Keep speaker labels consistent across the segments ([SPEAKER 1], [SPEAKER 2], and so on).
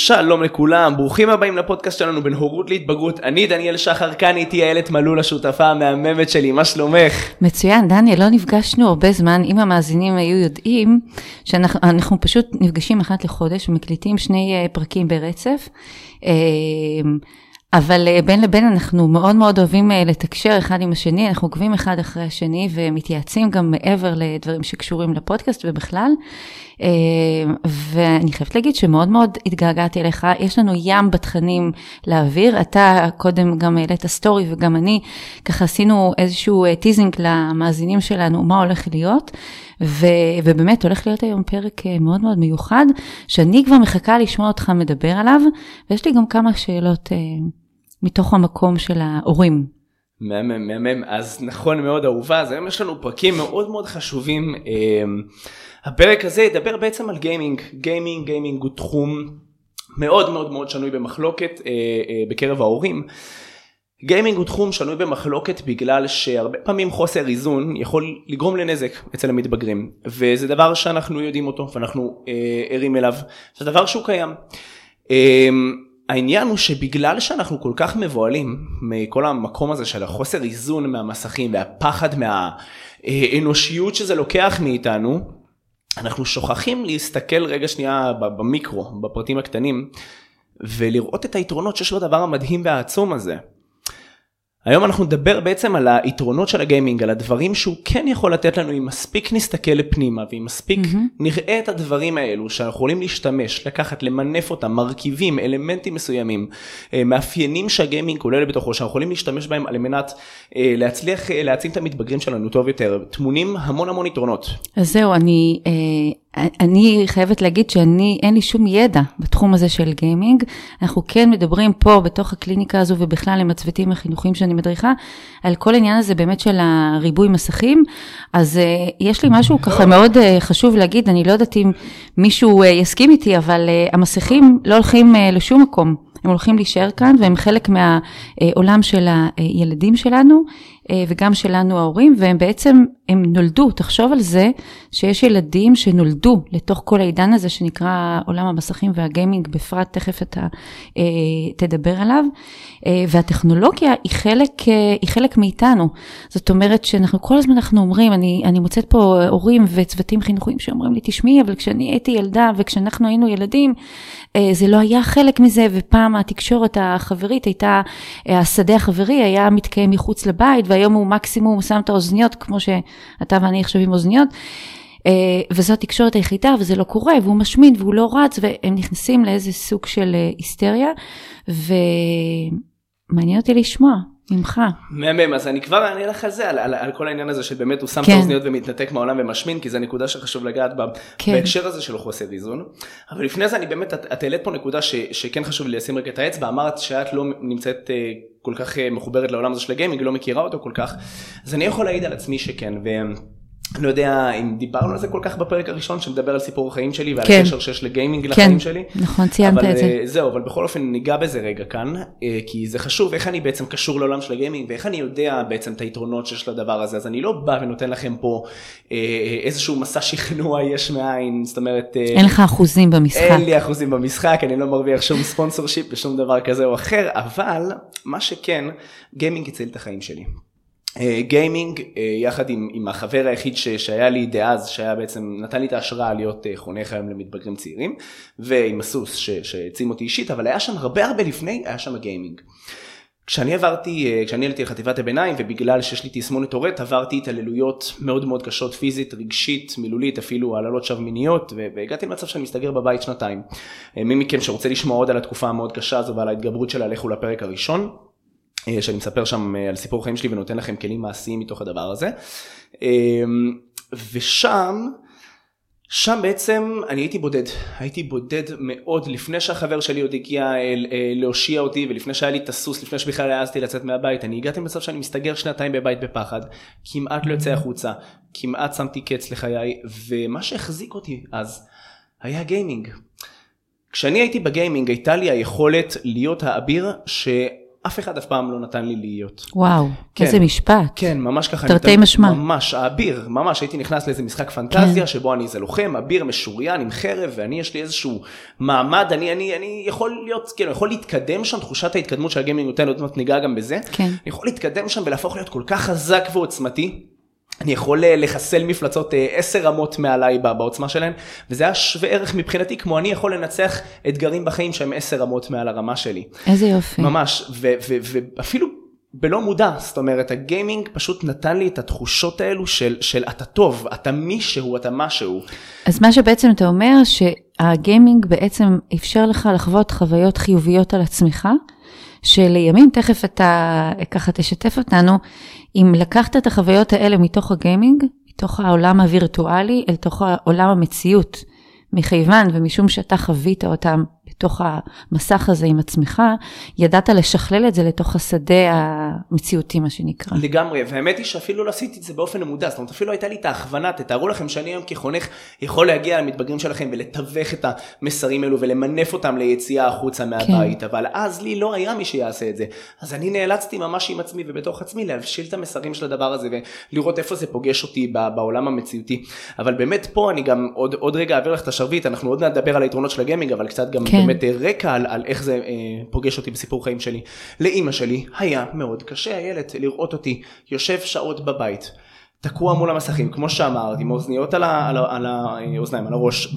[SPEAKER 1] שלום לכולם, ברוכים הבאים לפודקאסט שלנו בין הורות להתבגרות. אני דניאל שחר, כאן איתי איילת מלול, השותפה המהממת שלי. מה שלומך?
[SPEAKER 2] מצוין, דניאל, לא נפגשנו הרבה זמן. אם המאזינים היו יודעים שאנחנו פשוט נפגשים אחת לחודש ומקליטים 2 פרקים ברצף, אבל בין לבין אנחנו מאוד מאוד אוהבים לתקשר אחד עם השני, אנחנו עוקבים אחד אחרי השני ומתייעצים גם מעבר לדברים שקשורים לפודקאסט ובכלל, ואני חייבת להגיד שמאוד מאוד התגעגעתי אליך. יש לנו ים בתכנים להעביר, אתה קודם גם העלית סטורי וגם אני ככה עשינו איזשהו טיזינג למאזינים שלנו מה הולך להיות, ובאמת הולך להיות היום פרק מאוד מאוד מיוחד, שאני כבר מחכה לשמוע אותך מדבר עליו, ויש לי גם כמה שאלות מתוך המקום של ההורים.
[SPEAKER 1] מהמם, אז נכון מאוד אהובה, אז היום יש לנו פרקים מאוד מאוד חשובים. הפרק הזה ידבר בעצם על גיימינג. גיימינג הוא תחום מאוד מאוד מאוד שנוי במחלוקת בקרב ההורים. גיימינג הוא תחום שנוי במחלוקת בגלל שהרבה פעמים חוסר איזון יכול לגרום לנזק אצל המתבגרים, וזה דבר שאנחנו יודעים אותו ואנחנו ערים אליו, זה דבר שהוא קיים. העניין הוא שבגלל שאנחנו כל כך מבועלים מכל המקום הזה של החוסר איזון מהמסכים והפחד מהאנושיות שזה לוקח מאיתנו, אנחנו שוכחים להסתכל רגע שנייה במיקרו, בפרטים הקטנים, ולראות את היתרונות שיש בדבר המדהים והעצום הזה. היום אנחנו נדבר בעצם על היתרונות של הגיימינג, על הדברים שהוא כן יכול לתת לנו, אם מספיק נסתכל לפנימה, ואם מספיק נראה את הדברים האלו, שאנחנו יכולים להשתמש, לקחת, למנף אותם, מרכיבים, אלמנטים מסוימים, מאפיינים שהגיימינג כולל בתוכו, שאנחנו יכולים להשתמש בהם על מנת להצליח להעצים את המתבגרים שלנו טוב יותר. תמונים המון יתרונות.
[SPEAKER 2] אז זהו, אני חייבת להגיד אין לי שום ידע בתחום הזה של גיימינג. אנחנו כן מדברים פה בתוך הקליניקה הזו ובכלל עם הצוותים החינוכיים שאני מדריכה, על כל העניין הזה באמת של הריבוי מסכים. אז יש לי משהו ככה מאוד חשוב להגיד, אני לא יודעת אם מישהו יסכים איתי, אבל המסכים לא הולכים לשום מקום. הם הולכים להישאר כאן, והם חלק מהעולם של הילדים שלנו, וגם שלנו ההורים, והם בעצם, הם נולדו, תחשוב על זה, שיש ילדים שנולדו לתוך כל העידן הזה, שנקרא עולם המסכים והגיימינג, בפרט תכף אתה תדבר עליו, והטכנולוגיה היא חלק מאיתנו. זאת אומרת שאנחנו כל הזמן אנחנו אומרים, אני מוצאת פה הורים וצוותים חינוכיים שאומרים לי, תשמעי, אבל כשאני הייתי ילדה, וכשאנחנו היינו ילדים, זה לא היה חלק מזה, ופעם התקשורת החברית הייתה, השדה החברי היה מתקיים מחוץ לבית, והיום הוא מקסימום שם את האוזניות, כמו שאתה ואני עכשיו עם אוזניות, וזו התקשורת היחידה, וזה לא קורה, והוא משמין, והוא לא רץ, והם נכנסים לאיזה סוג של היסטריה, ומעניין אותי לשמוע ממך.
[SPEAKER 1] מהמם, אז אני כבר אענה לך על זה, על כל העניין הזה שבאמת הוא שם את האוזניות ומתנתק מהעולם ומשמין, כי זו נקודה שחשוב לגעת בה, בהקשר הזה של חוסר איזון. אבל לפני זה אני באמת, את העלית פה נקודה שכן חשוב לי לשים רגע את האצבע, אמרת שאת לא נמצאת כל כך מחוברת לעולם הזה של הגיימינג, לא מכירה אותו כל כך, אז אני יכול להעיד על עצמי שכן, אני לא יודע אם דיברנו על זה כל כך בפרק הראשון, שמדבר על סיפור החיים שלי ועל הקשר שיש לגיימינג לחיים שלי.
[SPEAKER 2] נכון, ציינת את זה.
[SPEAKER 1] זהו, אבל בכל אופן ניגע בזה רגע כאן, כי זה חשוב, איך אני בעצם קשור לעולם של הגיימינג, ואיך אני יודע בעצם את היתרונות שיש לדבר הזה, אז אני לא בא ונותן לכם פה איזשהו מסע שכנוע יש מאין, זאת אומרת...
[SPEAKER 2] אין לך אחוזים במשחק.
[SPEAKER 1] אין לי אחוזים במשחק, אני לא מרוויח שום ספונסורשיפ ושום דבר כזה או אחר, אבל מה שכן, גיימינג הציל את החיים שלי. גיימינג, יחד עם החבר היחיד שהיה לי דאז, שהיה בעצם, נתן לי את ההשראה להיות חונך היום למתבגרים צעירים, ועם הסוס שהעצים אותי אישית, אבל היה שם הרבה לפני, היה שם הגיימינג. כשאני עליתי לחטיבת הביניים, ובגלל שיש לי תסמונת טורט, עברתי התעללויות מאוד מאוד קשות, פיזית, רגשית, מילולית, אפילו העללות שווא מיניות, והגעתי למצב שאני מסתגר בבית 2 מי מכם שרוצה לשמוע עוד על התקופה המאוד קשה הזו, ועל ההתגברות שלה, לכו לפרק הראשון, שאני מספר שם על סיפור חיים שלי ונותן לכם כלים מעשיים מתוך הדבר הזה. ושם בעצם אני הייתי בודד מאוד, לפני שהחבר שלי עוד הגיע להושיע אותי, ולפני שהיה לי את הסוס, לפני שבכלל העזתי לצאת מהבית, אני הגעתי למצב שאני מסתגר 2 בבית בפחד, כמעט לא יוצא החוצה, כמעט שמתי קץ לחיי, ומה שהחזיק אותי אז היה גיימינג. כשאני הייתי בגיימינג, הייתה לי היכולת להיות האביר אף אחד אף פעם לא נתן לי להיות.
[SPEAKER 2] וואו,
[SPEAKER 1] כן,
[SPEAKER 2] איזה משפט.
[SPEAKER 1] כן, ממש ככה.
[SPEAKER 2] תרתי משמע.
[SPEAKER 1] ממש, האביר, ממש, הייתי נכנס לאיזה משחק פנטזיה, שבו אני איזה לוחם, אביר משוריין עם חרב, ואני יש לי איזשהו מעמד, אני יכול להיות, כאילו, יכול להתקדם שם, תחושת ההתקדמות של הגיימינג נותנת, ניגע גם בזה.
[SPEAKER 2] כן.
[SPEAKER 1] אני יכול להתקדם שם ולהפוך להיות כל כך חזק ועוצמתי. אני יכול לחסל מפלצות 10 רמות מעליי בעוצמה שלהן, וזה היה שווה ערך מבחינתי, כמו אני יכול לנצח אתגרים בחיים שהם 10 רמות מעל הרמה שלי.
[SPEAKER 2] איזה יופי.
[SPEAKER 1] ממש, ואפילו בלא מודע, זאת אומרת, הגיימינג פשוט נתן לי את התחושות האלו של אתה טוב, אתה מישהו, אתה משהו.
[SPEAKER 2] אז מה שבעצם אתה אומר, שהגיימינג בעצם אפשר לך לחוות חוויות חיוביות על עצמך, שלימים תכף אתה ככה תשתף אותנו, אם לקחת את החוויות האלה מתוך הגיימינג, מתוך העולם הווירטואלי, אל תוך העולם המציאות, מכיוון ומשום שאתה חווית אותם בתוך המסך הזה עם עצמך, ידעת לשכלל את זה לתוך השדה המציאותי, מה שנקרא.
[SPEAKER 1] לגמרי, והאמת היא שאפילו לא עשיתי את זה באופן מודע, זאת אומרת, אפילו הייתה לי את ההכוונה, תתארו לכם שאני היום כחונך יכול להגיע למתבגרים שלכם ולתווך את המסרים האלו ולמנף אותם ליציאה החוצה מהבית, אבל אז לי לא היה מי שיעשה את זה, אז אני נאלצתי ממש עם עצמי ובתוך עצמי להבשיל את המסרים של הדבר הזה ולראות איפה זה פוגש אותי בעולם המציאותי, אבל באמת פה אני גם עוד רגע אעביר לך את השרביט, אנחנו עוד נדבר על היתרונות של הגיימינג, אבל קצת גם באמת רקע על איך זה פוגש אותי בסיפור חיים שלי. לאמא שלי היה מאוד קשה, הילד, לראות אותי יושב שעות בבית, תקוע מול המסכים, כמו שאמרת, עם אוזניות על האוזניים, על הראש,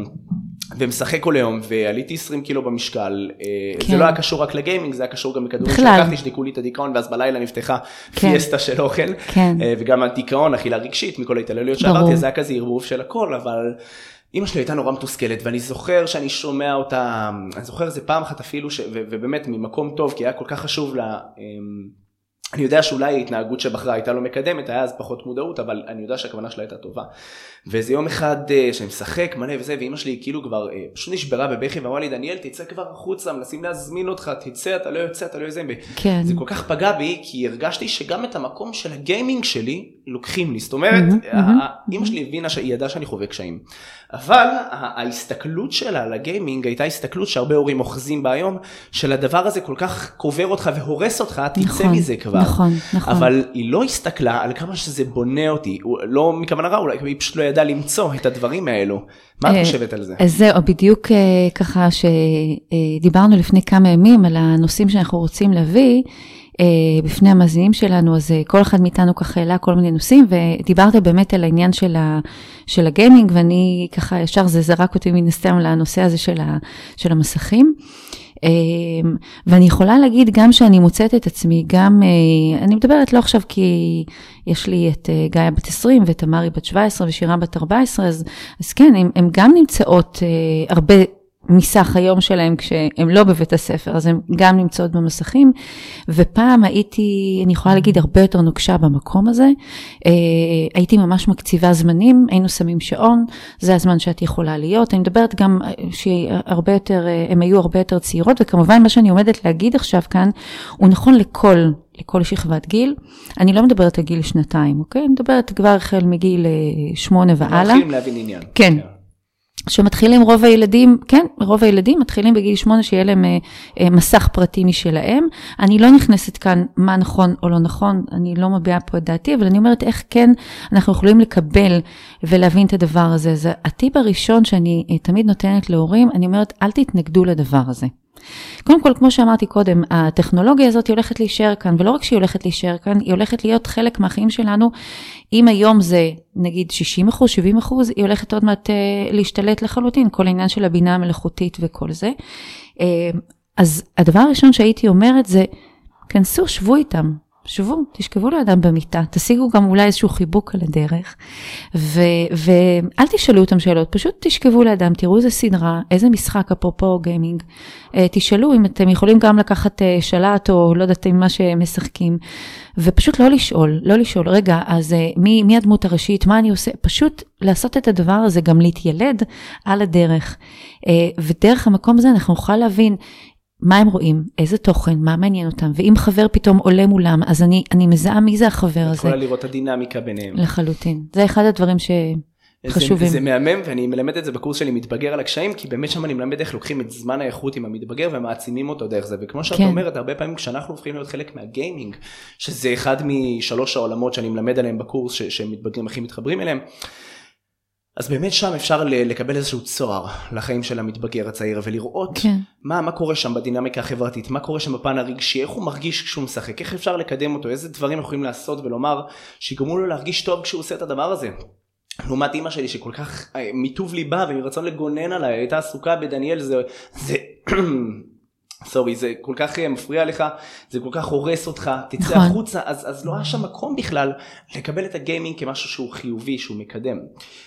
[SPEAKER 1] ומשחק כל היום, ועליתי 20 קילו במשקל. זה לא היה קשור רק לגיימינג, זה היה קשור גם לכדורים שלקחתי, שדיקו לי את הדיכאון, ואז בלילה נפתחה פיאסטה של אוכל, וגם הדיכאון, אכילה רגשית, מכל ההתעללויות שעברתי, זה היה כזה ערבוב של הכל, אבל אמא שלי הייתה נורא מתוסכלת, ואני זוכר שאני שומע אותה, אני זוכר זה פעם אחת אפילו, ובאמת ממקום טוב, כי היה כל כך חשוב לה, אני יודע שאולי ההתנהגות שבחרה הייתה לא מקדמת, היה אז פחות מודעות, אבל אני יודע שהכוונה שלה הייתה טובה. ואיזה יום אחד שאני משחק מלא וזה, ואמא שלי כאילו כבר פשוט נשברה בבכי, ואמרה לי, דניאל, תצא כבר החוצה, מנסים להזמין אותך, תצא, אתה לא יוצא, אתה לא יוזם. כן. זה כל כך פגע בי, כי הרגשתי שגם את המקום של הגיימינג שלי לוקחים לי. זאת אומרת, אמא שלי הבינה שהיא ידעה שאני חווה קשיים. אבל ההסתכלות שלה על הגיימינג הייתה הסתכלות שהרבה הורים אוחזים בה היום, של הדבר הזה כל כך קובר אותך והורס אותך, תצא מזה כבר.
[SPEAKER 2] נכון.
[SPEAKER 1] אבל היא לא הסתכלה על כמה שזה בונה אותי, לא מכוונה רע, אולי היא פשוט לא ידעה למצוא את הדברים האלו. מה את חושבת על זה?
[SPEAKER 2] אז זהו, בדיוק ככה שדיברנו לפני כמה ימים על הנושאים שאנחנו רוצים להביא, בפני המאזינים שלנו, אז כל אחד מאיתנו ככה העלה כל מיני נושאים, ודיברת באמת על העניין של הגיימינג, ואני ככה ישר זה זרק אותי מן הסתם לנושא הזה של המסכים, ואני יכולה להגיד גם שאני מוצאת את עצמי, גם, אני מדברת לא עכשיו כי יש לי את גיא בת 20 ואת תמרי בת 17 ושירה בת 14, אז כן, הם גם נמצאות הרבה מסך היום שלהם כשהם לא בבית הספר, אז הם גם נמצאות במסכים, ופעם הייתי, אני יכולה להגיד, הרבה יותר נוקשה במקום הזה, הייתי ממש מקציבה זמנים, היינו שמים שעון, זה הזמן שאת יכולה להיות, אני מדברת גם שהרבה יותר, הם היו הרבה יותר צעירות, וכמובן מה שאני עומדת להגיד עכשיו כאן, הוא נכון לכל שכבת גיל, אני לא מדברת על גיל 2, אוקיי? אני מדברת כבר החל מגיל 8 והלאה.
[SPEAKER 1] מתחילים להבין עניין.
[SPEAKER 2] כן. שמתחילים רוב הילדים מתחילים בגיל 8 שיהיה להם מסך פרטי משלהם. אני לא נכנסת כאן מה נכון או לא נכון, אני לא מביעה פה את דעתי, אבל אני אומרת איך כן אנחנו יכולים לקבל ולהבין את הדבר הזה. זה הטיפ הראשון שאני תמיד נותנת להורים, אני אומרת אל תתנגדו לדבר הזה. קודם כל, כמו שאמרתי קודם, הטכנולוגיה הזאת היא הולכת להישאר כאן, ולא רק שהיא הולכת להישאר כאן, היא הולכת להיות חלק מהחיים שלנו. אם היום זה נגיד 60%, 70%, היא הולכת עוד מעט להשתלט לחלוטין, כל העניין של הבינה המלאכותית וכל זה. אז הדבר הראשון שהייתי אומרת זה, כנסו, שבו איתם. שבו, תשכבו לאדם במיטה, תשיגו גם אולי איזשהו חיבוק על הדרך, ואל תשאלו אותם שאלות, פשוט תשכבו לאדם, תראו איזה סדרה, איזה משחק, אפרופו גיימינג, תשאלו אם אתם יכולים גם לקחת שלט, או לא יודעת מה שהם משחקים, ופשוט לא לשאול, רגע, אז מי הדמות הראשית, מה אני עושה, פשוט לעשות את הדבר הזה, גם להתיילד על הדרך, ודרך המקום הזה אנחנו נוכל להבין, מה הם רואים, איזה תוכן, מה מעניין אותם, ואם חבר פתאום עולה מולם, אז אני מזהה מי זה החבר הזה.
[SPEAKER 1] יכולה לראות את הדינמיקה ביניהם.
[SPEAKER 2] לחלוטין. זה אחד הדברים חשובים.
[SPEAKER 1] זה מהמם, ואני מלמד את זה בקורס שלי מתבגר על הקשיים, כי באמת שם אני מלמד איך לוקחים את זמן האיכות עם המתבגר, ומעצימים אותו דרך זה, וכמו שאת אומרת, הרבה פעמים כשאנחנו הופכים להיות חלק מהגיימינג, שזה אחד משלוש העולמות שאני מלמד עליהם בקורס, שמתבגרים הכי מתחברים אליהם, אז באמת שם אפשר לקבל איזשהו צוהר לחיים של המתבגר הצעיר, ולראות מה קורה שם בדינמיקה החברתית, מה קורה שם בפן הרגשי, איך הוא מרגיש כשהוא משחק, איך אפשר לקדם אותו, איזה דברים יכולים לעשות ולומר, שיגרמו לו להרגיש טוב כשהוא עושה את הדבר הזה. לעומת אמא שלי שכל כך מטוב ליבה ומרצון לגונן עליי, הייתה עסוקה בדניאל, זה כל כך מפריע לך, זה כל כך הורס אותך, תצא החוצה, אז לא היה שם מקום בכלל לקבל את הגיימינג כמשהו שהוא חיובי, שהוא מקדם.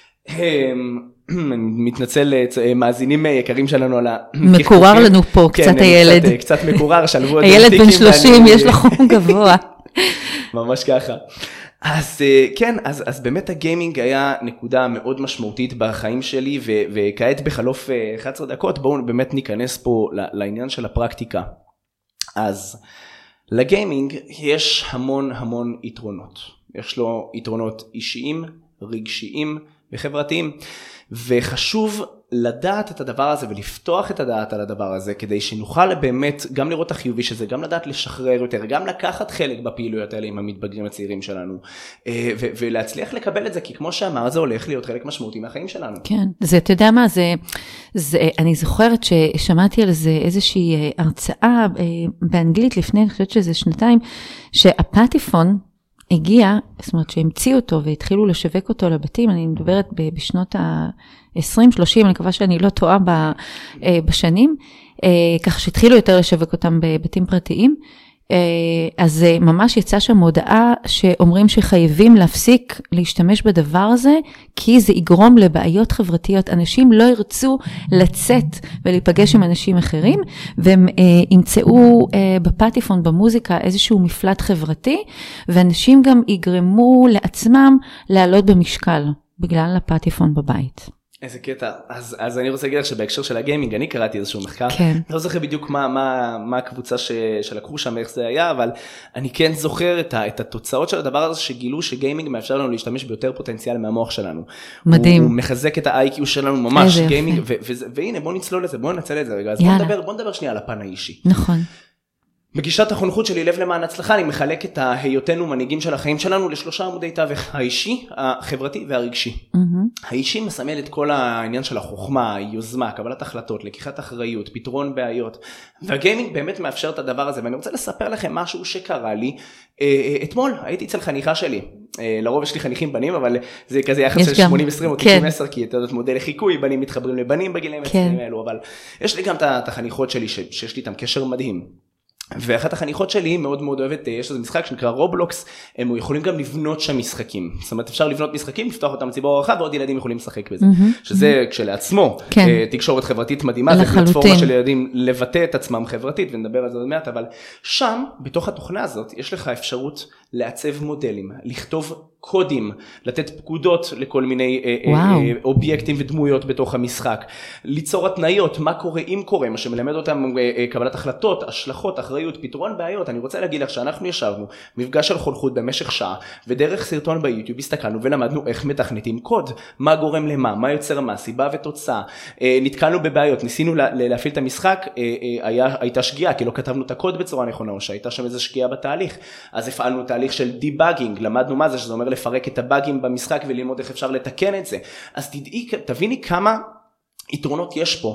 [SPEAKER 1] אני מתנצל מאזינים יקרים שלנו על
[SPEAKER 2] מקורר לנו פה קצת הילד.
[SPEAKER 1] קצת מקורר, שלבו את
[SPEAKER 2] הילד בן 30, יש לו חום גבוה.
[SPEAKER 1] ממש ככה. אז כן, אז באמת הגיימינג היה נקודה מאוד משמעותית בחיים שלי, וכעת בחלוף 11 דקות בואו באמת ניכנס פה לעניין של הפרקטיקה. אז לגיימינג יש המון יתרונות. יש לו יתרונות אישיים, רגשיים וחברתיים, וחשוב לדעת את הדבר הזה ולפתוח את הדעת על הדבר הזה, כדי שנוכל באמת גם לראות החיובי שזה, גם לדעת לשחרר יותר, גם לקחת חלק בפעילויות האלה עם המתבגרים הצעירים שלנו, ולהצליח לקבל את זה, כי כמו שאמר, זה הולך להיות חלק משמעותי מהחיים שלנו.
[SPEAKER 2] כן, זה, אתה יודע מה, אני זוכרת ששמעתי על זה איזושהי הרצאה באנגלית לפני, אני חושבת שזה שנתיים, שהפטיפון הגיע, זאת אומרת שהמציאו אותו והתחילו לשווק אותו לבתים, אני מדברת בשנות ה-20-30, אני מקווה שאני לא טועה בשנים, כך שהתחילו יותר לשווק אותם בבתים פרטיים, אז ממש יצא שם הודעה שאומרים שחייבים להפסיק להשתמש בדבר הזה, כי זה יגרום לבעיות חברתיות. אנשים לא ירצו לצאת ולהיפגש עם אנשים אחרים, והם ימצאו בפטיפון, במוזיקה, איזשהו מפלט חברתי, ואנשים גם יגרמו לעצמם לעלות במשקל, בגלל הפטיפון בבית.
[SPEAKER 1] איזה קטע. אז אני רוצה להגיד לך שבהקשר של הגיימינג, אני קראתי איזשהו מחקר, לא זוכר בדיוק מה הקבוצה שלקחו שם, איך זה היה, אבל אני כן זוכר את התוצאות של הדבר הזה, שגילו שגיימינג מאפשר לנו להשתמש ביותר פוטנציאל מהמוח שלנו.
[SPEAKER 2] מדהים.
[SPEAKER 1] הוא מחזק את ה-IQ שלנו ממש, גיימינג, והנה בוא נצלול לזה, בוא נצל את זה רגע, אז בוא נדבר שנייה על הפן האישי.
[SPEAKER 2] נכון.
[SPEAKER 1] בגישת החונכות שלי לב למען הצלחה, אני מחלק את היותנו מנהיגים של החיים שלנו לשלושה עמודי תווך, האישי, החברתי והרגשי. האישי מסמל את כל העניין של החוכמה, יוזמה, קבלת החלטות, לקיחת אחריות, פתרון בעיות, והגיימינג באמת מאפשר את הדבר הזה, ואני רוצה לספר לכם משהו שקרה לי אתמול, הייתי אצל חניכה שלי, לרוב יש לי חניכים בנים, אבל זה כזה יחס של 80-20 או 90-10, כי אתה יודעת מודל לחיקוי, בנים מתחברים לבנים בגילאים האלו, אבל יש לי גם את החניכות שלי שיש לי איתם קשר מדהים. ואחת החניכות שלי מאוד מאוד אוהבת, יש איזה משחק שנקרא רובלוקס, הם יכולים גם לבנות שם משחקים. זאת אומרת, אפשר לבנות משחקים, לפתוח אותם לציבור הרחב, ועוד ילדים יכולים לשחק בזה. שזה כשלעצמו, תקשורת חברתית מדהימה, זה פלטפורמה של ילדים לבטא את עצמם חברתית, ונדבר על זה עוד מעט, אבל שם, בתוך התוכנה הזאת, יש לך אפשרות לעצב מודלים, לכתוב קודים, לתת פקודות לכל מיני אובייקטים ודמויות בתוך המשחק, ליצור התניות, מה קורה אם קורה, מה שמלמד אותם קבלת החלטות, השלכות, אחריות, פתרון בעיות. אני רוצה להגיד לך שאנחנו ישבנו מפגש של חונכות במשך שעה, ודרך סרטון ביוטיוב הסתכלנו ולמדנו איך מתכנתים קוד, מה גורם למה, מה יוצר מה, סיבה ותוצאה, נתקלנו בבעיות, ניסינו להפעיל את המשחק, הייתה שגיאה, כי לא כתבנו את הקוד בצורה נכונה, או שהייתה שם איזו שגיאה בתהליך, אז הפעלנו תהליך של דיבאגינג, למדנו מה זה, שזה אומר לפרק את הבאגים במשחק וללמוד איך אפשר לתקן את זה. אז תביני כמה יתרונות יש פה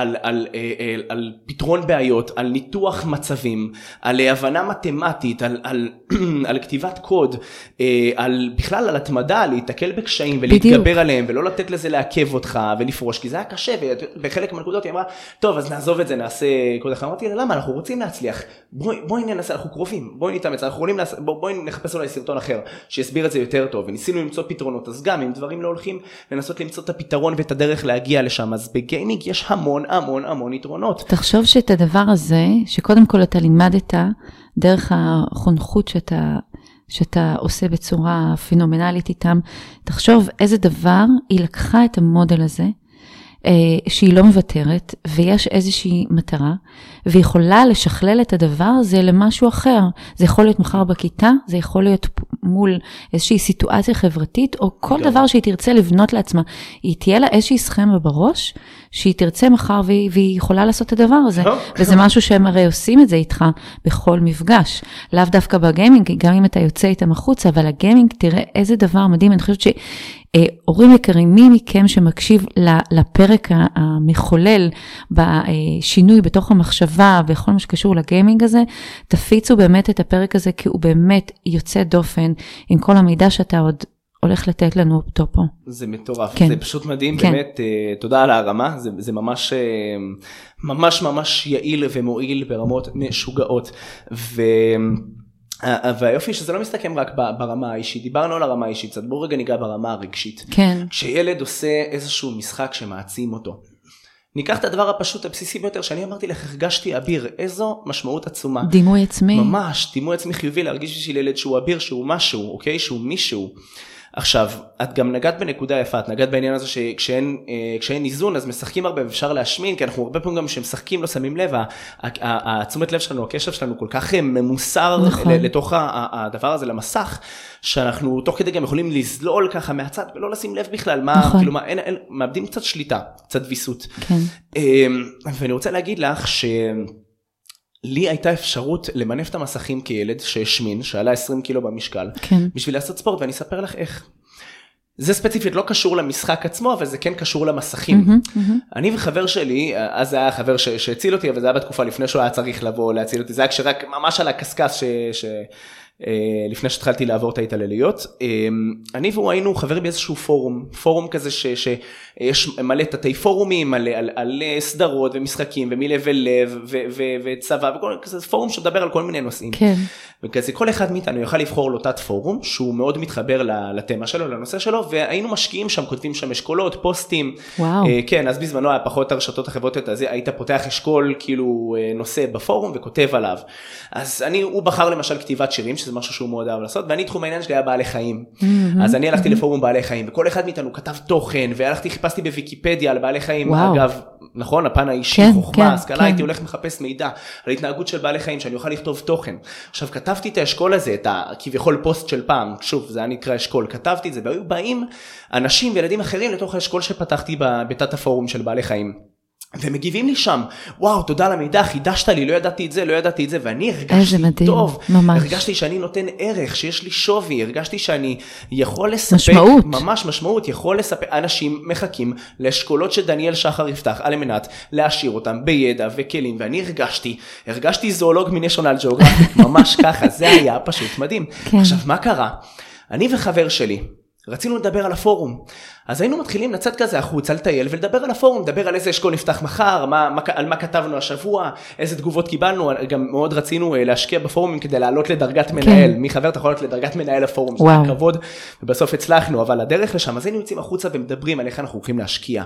[SPEAKER 1] על פתרון בעיות, על ניתוח מצבים, על הבנה מתמטית, על כתיבת קוד, בכלל על התמדה, להתקל בקשיים ולהתגבר עליהם, ולא לתת לזה לעכב אותך ולפרוש, כי זה היה קשה, ובחלק מהנקודות היא אמרה, טוב, אז נעזוב את זה, נעשה קוד אחר. אמרתי לה, למה? אנחנו רוצים להצליח, בואי ננסה, אנחנו קרובים, בואי נתאמץ, בואי נחפש אולי סרטון אחר, שיסביר את זה יותר טוב, וניסינו למצוא פתרונות, אז גם אם דברים לא הולכים, לנסות למצוא את הפתרון ואת הדרך להגיע לשם. אז בגיימינג יש המון יתרונות.
[SPEAKER 2] תחשוב שאת הדבר הזה, שקודם כל אתה לימדת דרך החונכות שאתה עושה בצורה פנומנלית איתם, תחשוב איזה דבר היא לקחה את המודל הזה, שהיא לא מוותרת, ויש איזושהי מטרה, והיא יכולה לשכלל את הדבר הזה למשהו אחר. זה יכול להיות מחר בכיתה, זה יכול להיות מול איזושהי סיטואציה חברתית, או כל דבר שהיא תרצה לבנות לעצמה. היא תהיה לה איזושהי סכמה בראש, שהיא תרצה מחר, והיא יכולה לעשות את הדבר הזה. וזה משהו שהם הרי עושים את זה איתך בכל מפגש. לאו דווקא בגיימינג, גם אם אתה יוצא איתם החוצה, אבל הגיימינג, תראה איזה דבר מדהים. אני חושבת הורים יקרים, מי מכם שמקשיב לפרק המחולל בשינוי בתוך המחשבה וכל מה שקשור לגיימינג הזה, תפיצו באמת את הפרק הזה, כי הוא באמת יוצא דופן עם כל המידע שאתה עוד הולך לתת לנו אותו פה.
[SPEAKER 1] זה מטורף,
[SPEAKER 2] כן.
[SPEAKER 1] זה פשוט מדהים,
[SPEAKER 2] כן.
[SPEAKER 1] באמת, תודה על הרמה, זה ממש, ממש ממש יעיל ומועיל ברמות משוגעות, והיופי שזה לא מסתכם רק ברמה האישית, דיברנו על הרמה האישית, קצת בואו רגע ניגע ברמה הרגשית.
[SPEAKER 2] כן.
[SPEAKER 1] כשילד עושה איזשהו משחק שמעצים אותו, ניקח את הדבר הפשוט הבסיסי ביותר, שאני אמרתי לך, הרגשתי אביר, איזו משמעות עצומה.
[SPEAKER 2] דימוי עצמי.
[SPEAKER 1] ממש, דימוי עצמי חיובי, להרגיש בשביל ילד שהוא אביר, שהוא משהו, אוקיי? שהוא מישהו. עכשיו, את גם נגעת בנקודה יפה, את נגעת בעניין הזה שכשאין איזון, אז משחקים הרבה ואפשר להשמין, כי אנחנו הרבה פעמים גם שמשחקים לא שמים לב, התשומת לב שלנו, הקשב שלנו כל כך ממוסר לתוך הדבר הזה למסך, שאנחנו תוך כדי גם יכולים לזלול ככה מהצד, ולא לשים לב בכלל, כאילו מאבדים קצת שליטה, קצת ויסות. ואני רוצה להגיד לך לי הייתה אפשרות למנף את המסכים כילד שהשמין, שעלה 20 קילו במשקל, בשביל לעשות ספורט, ואני אספר לך איך. זה ספציפית לא קשור למשחק עצמו, אבל זה כן קשור למסכים. אני וחבר שלי, אז זה היה חבר שהציל אותי, אבל זה היה בתקופה לפני שהוא היה צריך לבוא להציל אותי, זה היה כשרק ממש על הקסקס לפני שהתחלתי לעבור את ההתעללויות. אני והוא היינו חברים באיזשהו פורום כזה שיש מלא תתי פורומים, על סדרות ומשחקים ומלב אל לב וצבא, וזה פורום שמדבר על כל מיני נושאים. וכזה כל אחד מאיתנו יוכל לבחור לו תת פורום, שהוא מאוד מתחבר לתמה שלו, לנושא שלו, והיינו משקיעים שם, כותבים שם אשכולות, פוסטים. כן, אז בזמנו היה פחות הרשתות החברתיות, אז היית פותח אשכול, כאילו נושא בפורום וכותב עליו. אז הוא בחר למשל כתיבת שירים, שזה משהו שהוא מאוד אהב לעשות, ואני תחום העניין שלי היה בעלי חיים. אז אני הלכתי לפורום בעלי חיים, וכל אחד מאיתנו כתב תוכן, והלכתי חיפשתי בוויקיפדיה על בעלי חיים, אגב, נכון, הפן האישי, חוכמה, השכלה, הייתי הולך מחפש מידע על התנהגות של בעלי חיים, שאני אוכל לכתוב תוכן. עכשיו, כתבתי את האשכול הזה, את כביכול פוסט של פעם, שוב, זה היה נקרא אשכול, כתבתי את זה, והיו באים אנשים וילדים אחרים לתוך האשכול שפתחתי בתת הפורום של בעלי חיים. ומגיבים לי שם, וואו, תודה על המידע, חידשת לי, לא ידעתי את זה, ואני הרגשתי טוב, הרגשתי שאני נותן ערך, שיש לי שווי, הרגשתי שאני יכול לספק, ממש משמעות, יכול לספק, אנשים מחכים לאשכולות שדניאל שחר יפתח, על מנת להשאיר אותם בידע וכלים, ואני הרגשתי זואולוג מנשיונל ג'אוגרפיק, ממש ככה, זה היה פשוט מדהים. עכשיו, מה קרה? אני וחבר שלי, רצינו לדבר על הפורום, אז היינו מתחילים לצאת כזה החוצה לטייל ולדבר על הפורום, לדבר על איזה אשכול נפתח מחר, על מה כתבנו השבוע, איזה תגובות קיבלנו, גם מאוד רצינו להשקיע בפורומים כדי לעלות לדרגת מנהל, מי חבר אתה יכול לעלות לדרגת מנהל הפורום, שזה כבוד, ובסוף הצלחנו, אבל הדרך לשם, אז היינו יוצאים החוצה ומדברים על איך אנחנו הולכים להשקיע,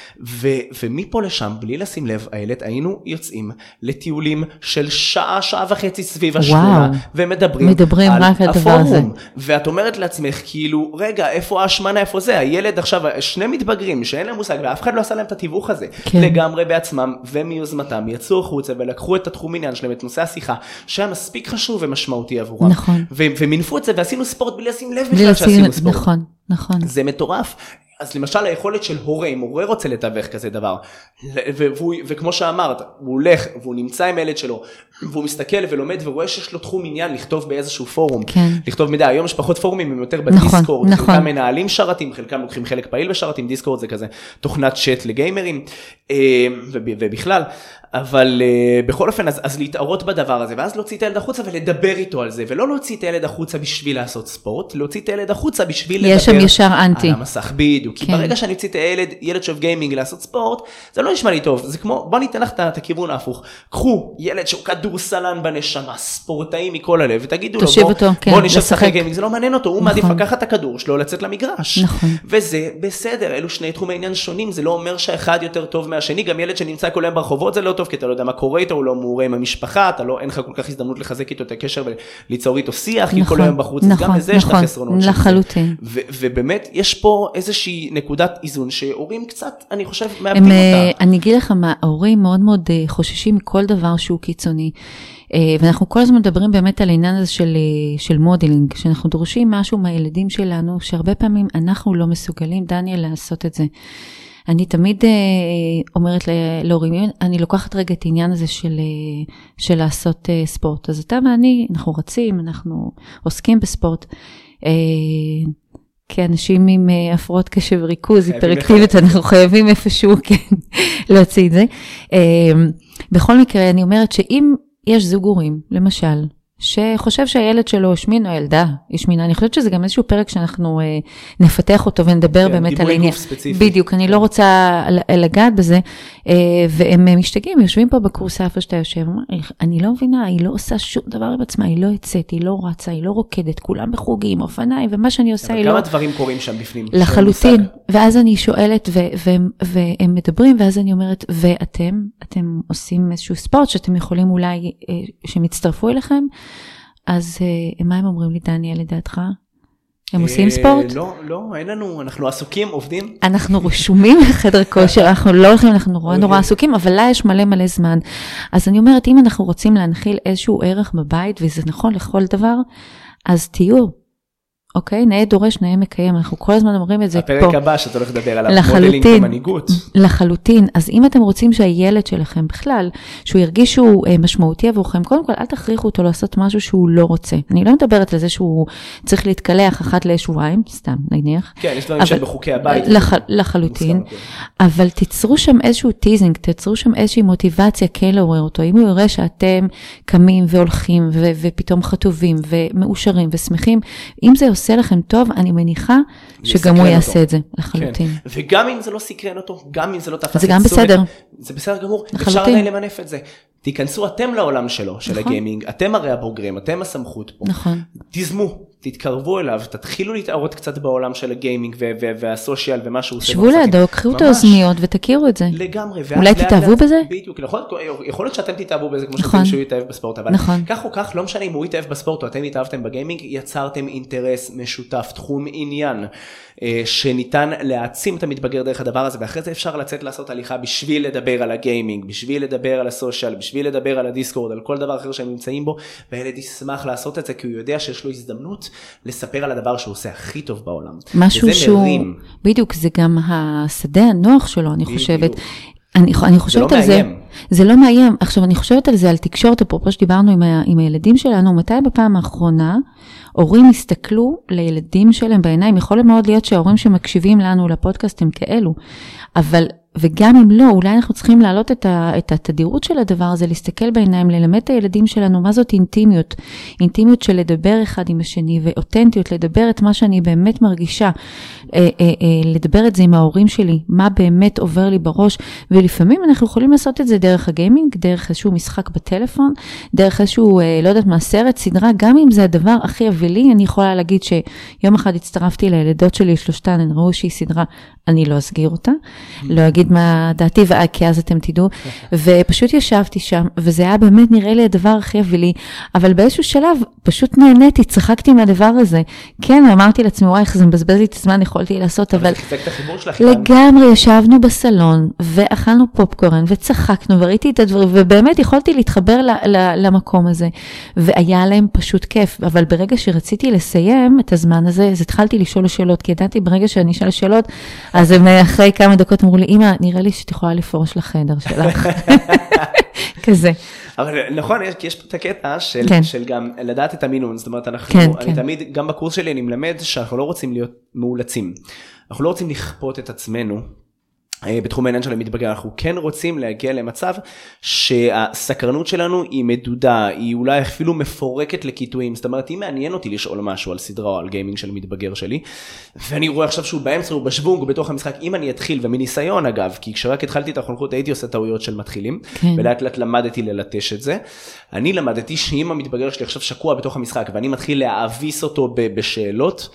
[SPEAKER 1] ומפה לשם, בלי לשים לב, היינו יוצאים לטיולים של שעה וחצי סביב השכונה, ומדברים על הפורום, ואת אומרת לעצמך, כאילו, רגע, איפה השמנה, איפה זה? הילד עכשיו, שני מתבגרים שאין להם מושג, ואף אחד לא עשה להם את התיווך הזה, לגמרי בעצמם ומיוזמתם, יצאו החוצה ולקחו את התחום עניין שלהם, את נושא השיחה, שהיה מספיק חשוב ומשמעותי עבורם. ומינפו את זה, ועשינו ספורט בלי לשים לב בכלל שעשינו ספורט.
[SPEAKER 2] נכון.
[SPEAKER 1] זה מטורף. אז למשל היכולת של הורה, אם הורה רוצה לתווך כזה דבר, וכמו שאמרת, הוא הולך והוא נמצא עם הילד שלו, והוא מסתכל ולומד ורואה שיש לו תחום עניין לכתוב באיזשהו פורום, לכתוב מידע, היום יש פחות פורומים, הם יותר בדיסקורד, חלקם מנהלים שרתים, חלקם לוקחים חלק פעיל בשרתים, דיסקורד זה כזה תוכנת צ'אט לגיימרים, ובכלל, אבל בכל אופן, אז להתערות בדבר הזה, ואז להוציא את הילד החוצה ולדבר איתו על זה, ולא להוציא את הילד החוצה בשביל לעשות ספורט, להוציא את הילד החוצה בשביל לדבר על המסך בדיוק, כי ברגע שאני אוציא את ילד שוב גיימינג לעשות ספורט, זה לא נשמע לי טוב, זה כמו, בוא ניתן לך את הכיוון ההפוך, קחו ילד שהוא כדורסלן בנשמה, ספורטאי מכל הלב, ותגידו לו, בוא נשב שחק גיימינג, זה לא מעניין אותו, הוא מעדיף לקחת את הכדור שלו, לצאת למגרש, וזה בסדר, אלו שני תחומי עניין שונים, זה לא אומר שהאחד יותר טוב מהשני, גם ילד שנמצא כל היום ברחובות זה לא טוב, כי אתה לא יודע מה קורה איתו, הוא לא מעורה עם המשפחה, אין לך כל כך הזדמנות לחזק איתו את הקשר וליצור איתו שיח, כי כל היום בחוץ, אז גם לזה יש את החסרונות של זה. ובאמת יש פה איזושהי נקודת איזון, שהורים קצת, אני חושב, מאבדים אותה.
[SPEAKER 2] אני אגיד לך מה, ההורים מאוד מאוד חוששים מכל דבר שהוא קיצוני, ואנחנו כל הזמן מדברים באמת על העניין הזה של מודלינג, שאנחנו דורשים משהו מהילדים שלנו, שהרבה פעמים אנחנו לא מסוגלים, דניאל, לעשות את זה. אני תמיד אומרת להורים, אני לוקחת רגע את העניין הזה של לעשות ספורט. אז אתה ואני, אנחנו רצים, אנחנו עוסקים בספורט, כאנשים עם הפרעות קשב וריכוז, היפראקטיבית, אנחנו חייבים איפשהו להוציא את זה. בכל מקרה, אני אומרת שאם יש זוג הורים, למשל, שחושב שהילד שלו השמין או הילדה השמינה, אני חושבת שזה גם איזשהו פרק שאנחנו נפתח אותו ונדבר באמת על העניין. בדיוק, אני לא רוצה לגעת בזה, והם משתגעים, יושבים פה בקורס איפה שאתה יושב, אני לא מבינה, היא לא עושה שום דבר עם עצמה, היא לא יצאת, היא לא רצה, היא לא רוקדת, כולם בחוגים, אופניים, ומה שאני עושה היא לא...
[SPEAKER 1] כמה דברים קורים שם בפנים?
[SPEAKER 2] לחלוטין, ואז אני שואלת, והם מדברים, ואז אני אומרת, ואתם עושים איזשהו ספורט, שאתם יכולים אולי, שהם יצטרפו אליכם, אז מה הם אומרים לי, דניאל, לדעתך? הם עושים ספורט?
[SPEAKER 1] לא, אין לנו, אנחנו עסוקים, עובדים.
[SPEAKER 2] אנחנו רשומים לחדר כושר, אנחנו לא הולכים, אנחנו נורא עסוקים, אבל לה יש מלא זמן. אז אני אומרת, אם אנחנו רוצים להנחיל איזשהו ערך בבית, וזה נכון לכל דבר, אז תהיו. אוקיי, נאה דורש, נאה מקיים, אנחנו כל הזמן אומרים את זה פה.
[SPEAKER 1] הפרק הבא שאתה הולך לדבר עליו, מודלינג ומנהיגות.
[SPEAKER 2] לחלוטין, אז אם אתם רוצים שהילד שלכם בכלל, שהוא ירגיש שהוא משמעותי עבורכם, קודם כל אל תכריחו אותו לעשות משהו שהוא לא רוצה. אני לא מדברת על זה שהוא צריך להתקלח אחת לשבועיים, סתם נניח.
[SPEAKER 1] כן, יש דברים שבחוקי הבית.
[SPEAKER 2] לחלוטין, אבל תיצרו שם איזשהו טיזינג, תיצרו שם איזושהי מוטיבציה כן לעורר אותו. אם הוא יראה שאתם קמים והולכים ופתאום חטובים ומאושרים ושמחים, אם זה עושה לכם טוב, אני מניחה שגם הוא יעשה את זה, לחלוטין.
[SPEAKER 1] וגם אם זה לא סקרן אותו, גם אם זה לא תפס
[SPEAKER 2] זה גם בסדר.
[SPEAKER 1] זה בסדר גמור, אפשר עדיין למנף את זה. תיכנסו אתם לעולם שלו, של הגיימינג, אתם הרי הבוגרים, אתם הסמכות פה.
[SPEAKER 2] נכון.
[SPEAKER 1] תזמו, תתקרבו אליו, תתחילו להתערות קצת בעולם של הגיימינג והסושיאל ומה שהוא עושה.
[SPEAKER 2] שבו לידו, קחו את האוזניות ותכירו את זה.
[SPEAKER 1] לגמרי.
[SPEAKER 2] אולי תתאהבו בזה?
[SPEAKER 1] בדיוק, יכול להיות שאתם תתאהבו בזה כמו שאתם שהוא יתאהב בספורט, אבל כך או כך, לא משנה אם הוא יתאהב בספורט או אתם התאהבתם בגיימינג, יצרתם אינטרס משותף, תחום עניין, שניתן להעצים את המתבגר דרך הדבר הזה, ואחרי זה אפשר לצאת לעשות הליכה בשביל לדבר על הגיימינג, בשביל לדבר על הסושיאל, בשביל לדבר על הדיסקורד, על כל דבר אחר שהם נמצאים בו, והילד ישמח לעשות את זה, כי הוא יודע שיש לו הזדמנות לספר על הדבר שהוא עושה הכי טוב בעולם.
[SPEAKER 2] משהו שהוא, בדיוק, זה גם השדה הנוח שלו, אני חושבת. אני חושבת על זה, זה לא מאיים. עכשיו, אני חושבת על זה, על תקשורת, אפרופו שדיברנו עם הילדים שלנו, מתי בפעם האחרונה, הורים הסתכלו לילדים שלהם בעיניים, יכול מאוד להיות שההורים שמקשיבים לנו לפודקאסט הם כאלו, אבל, וגם אם לא, אולי אנחנו צריכים להעלות את התדירות של הדבר הזה, להסתכל בעיניים, ללמד את הילדים שלנו, מה זאת אינטימיות? אינטימיות של לדבר אחד עם השני, ואותנטיות, לדבר את מה שאני באמת מרגישה, לדבר את זה עם ההורים שלי, מה באמת עובר לי בראש, ולפעמים אנחנו יכולים לעשות את זה דרך הגיימינג, דרך איזשהו משחק בטלפון, דרך איזשהו, לא יודעת מה, סרט, סדרה, גם אם זה הדבר הכי אבלי, אני יכולה להגיד שיום אחד הצטרפתי לילדות שלי, שלושתן, הן ראו שהיא סדרה, אני לא אסגיר אותה, לא אגיד מה דעתי, כי אז אתם תדעו, ופשוט ישבתי שם, וזה היה באמת נראה לי הדבר הכי אבלי, אבל באיזשהו שלב פשוט נהניתי, צחקתי מהדבר הזה, כן, אמרתי לעצמי, וואי, איך זה מבזבז לי את הזמן, יכולתי לעשות, אבל לגמרי ישבנו בסלון, ואכלנו פופקורן, וצחקנו, וראיתי את הדברים, ובאמת יכולתי להתחבר למקום הזה, והיה להם פשוט כיף, אבל ברגע שרציתי לסיים את הזמן הזה, אז התחלתי לשאול שאלות, כי ידעתי ברגע שאני אשאל שאלות, אז הם אחרי כמה דקות אמרו לי, אמא, נראה לי שאת יכולה לפרוש לחדר שלך. כזה.
[SPEAKER 1] אבל נכון, כי יש פה את הקטע של גם לדעת את המינון, זאת אומרת, אני תמיד, גם בקורס שלי אני מלמד שאנחנו לא רוצים להיות מאולצים. אנחנו לא רוצים לכפות את עצמנו בתחום העניין של המתבגר, אנחנו כן רוצים להגיע למצב שהסקרנות שלנו היא מדודה, היא אולי אפילו מפורקת לכיתויים, זאת אומרת, אם מעניין אותי לשאול משהו על סדרה או על גיימינג של המתבגר שלי, ואני רואה עכשיו שהוא באמצע, הוא בשוונג, הוא בתוך המשחק, אם אני אתחיל, ומניסיון אגב, כי כשרק התחלתי את החונכות, הייתי עושה טעויות של מתחילים, ולאט לאט למדתי ללטש את זה, אני למדתי שאם המתבגר שלי עכשיו שקוע בתוך המשחק, ואני מתחיל להאביס אותו בשאלות,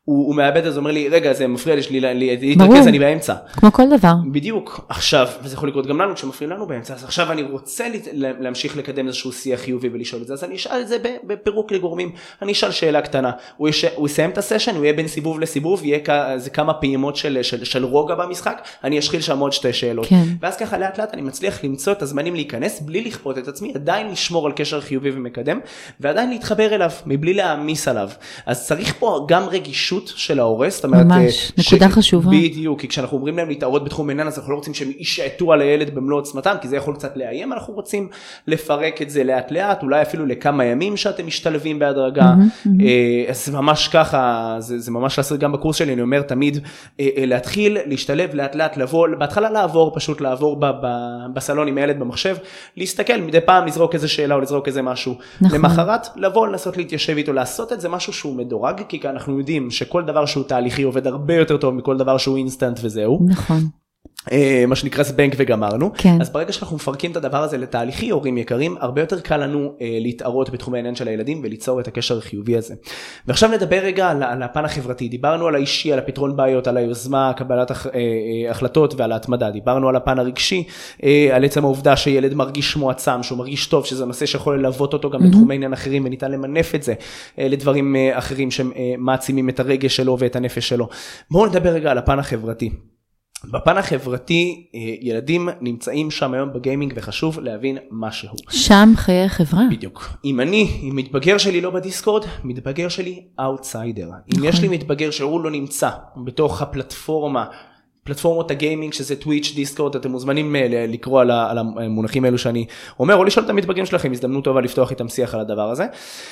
[SPEAKER 1] הוא מאבד, אז הוא אומר לי, רגע, זה מפריע לי להתרכז, אני באמצע.
[SPEAKER 2] כמו כל דבר.
[SPEAKER 1] בדיוק. עכשיו, וזה יכול לקרות גם לנו, כשמפריע לנו באמצע, אז עכשיו אני רוצה להמשיך לקדם איזשהו שיח חיובי ולשאול את זה, אז אני אשאל את זה בפירוק לגורמים, אני אשאל שאלה קטנה, הוא יסיים את הסשן, הוא יהיה בין סיבוב לסיבוב, יהיה כמה פעימות של רוגע במשחק, אני אשחיל שם עוד 2 שאלות. ואז ככה לאט לאט אני מצליח למצוא את הזמנים להיכנס, בלי לכפות את עצמי, עדיין לשמור על קשר חיובי ומקדם, ועדיין להתחבר אליו, מבלי להעמיס עליו. אז צריך פה גם רגישות של ההורס,
[SPEAKER 2] ממש, נקודה חשובה.
[SPEAKER 1] בדיוק, כי כשאנחנו אומרים להם להתערות בתחום עניין, אז אנחנו לא רוצים שהם ישעטו על הילד במלוא עוצמתם, כי זה יכול קצת לאיים, אנחנו רוצים לפרק את זה לאט לאט, אולי אפילו לכמה ימים שאתם משתלבים בהדרגה, אז זה ממש ככה, זה ממש לעשות גם בקורס שלי, אני אומר תמיד, להתחיל, להשתלב לאט לאט, לבוא, בהתחלה פשוט לעבור בסלון עם הילד במחשב, להסתכל מדי פעם, לזרוק איזה שאלה או לזרוק איזה משהו, למחרת, לבוא, לנסות להתיישב איתו, לעשות את זה משהו שהוא מדורג, כי אנחנו יודעים שכל דבר שהוא תהליכי עובד הרבה יותר טוב מכל דבר שהוא אינסטנט וזהו.
[SPEAKER 2] נכון.
[SPEAKER 1] מה שנקרא סבנק וגמרנו.
[SPEAKER 2] כן.
[SPEAKER 1] אז ברגע שאנחנו מפרקים את הדבר הזה לתהליכי, הורים יקרים, הרבה יותר קל לנו להתערות בתחום העניין של הילדים וליצור את הקשר החיובי הזה. ועכשיו נדבר רגע על הפן החברתי. דיברנו על האישי, על הפתרון בעיות, על היוזמה, קבלת החלטות ועל ההתמדה. דיברנו על הפן הרגשי, על עצם העובדה שילד מרגיש מועצם, שהוא מרגיש טוב, שזה נושא שיכול ללוות אותו גם בתחומי עניין אחרים, וניתן למנף את זה לדברים אחרים שמעצימים את הרגש שלו ואת הנפש שלו. בואו נדבר רגע על הפן החברתי. בפן החברתי, ילדים נמצאים שם היום בגיימינג, וחשוב להבין משהו.
[SPEAKER 2] שם חיי חברה.
[SPEAKER 1] בדיוק. אם מתבגר שלי לא בדיסקורד, מתבגר שלי אאוטסיידר. אם יש לי מתבגר שהוא לא נמצא בתוך פלטפורמות הגיימינג, שזה טוויץ', דיסקורד, אתם מוזמנים לקרוא על המונחים האלו שאני אומר, או לשאול את המתבגרים שלכם, הזדמנות טובה לפתוח איתם שיח על הדבר הזה.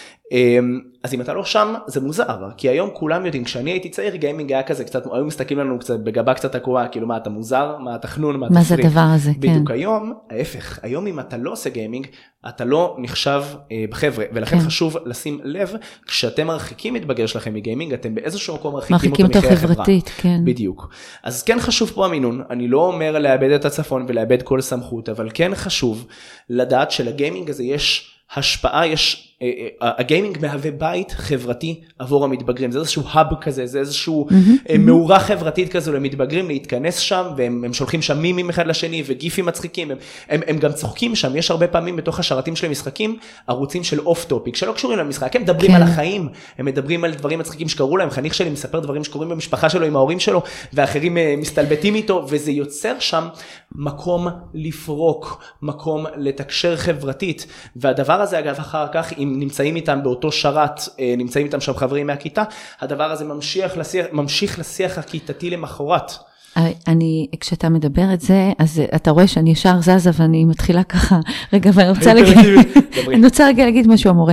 [SPEAKER 1] אז אם אתה לא שם, זה מוזר, כי היום כולם יודעים, כשאני הייתי צעיר, גיימינג היה כזה קצת, היו מסתכלים לנו קצת בגבה קצת עקומה, כאילו מה אתה מוזר, מה אתה חנון, מה אתה
[SPEAKER 2] מה זה הדבר הזה, כן.
[SPEAKER 1] בדיוק היום, ההפך, היום אם אתה לא עושה גיימינג, אתה לא נחשב בחבר'ה, ולכן חשוב לשים לב, כשאתם מרחיקים מתבגר שלכם מגיימינג, אתם באיזשהו מקום מרחיקים אותו מחיי החברה.
[SPEAKER 2] כן.
[SPEAKER 1] בדיוק. אז כן חשוב פה המינון, אני לא אומר לאבד את הצפון ולאבד כל סמכות, אבל כן חשוב לדעת שלגיימינג הזה יש השפעה, הגיימינג מהווה בית חברתי עבור המתבגרים, זה איזשהו האב כזה, זה איזשהו מאורה חברתית כזו למתבגרים להתכנס שם, והם שולחים שם מימים אחד לשני וגיפים מצחיקים, הם גם צוחקים שם, יש הרבה פעמים בתוך השרתים של המשחקים, ערוצים של אוף טופיק, שלא קשורים למשחק, הם מדברים על החיים, הם מדברים על דברים מצחיקים שקרו להם, חניך שלי מספר דברים שקורים במשפחה שלו עם ההורים שלו, ואחרים מסתלבטים איתו, וזה יוצר שם מקום לפרוק, מקום לתקשר חברתית, והדבר הזה אגב אחר כך, אם נמצאים איתם באותו שרת, נמצאים איתם שם חברים מהכיתה, הדבר הזה ממשיך לשיח הכיתתי למחרת.
[SPEAKER 2] כשאתה מדבר את זה, אז אתה רואה שאני ישר זזה ואני מתחילה ככה, רגע, ואני רוצה רגע להגיד משהו המורה.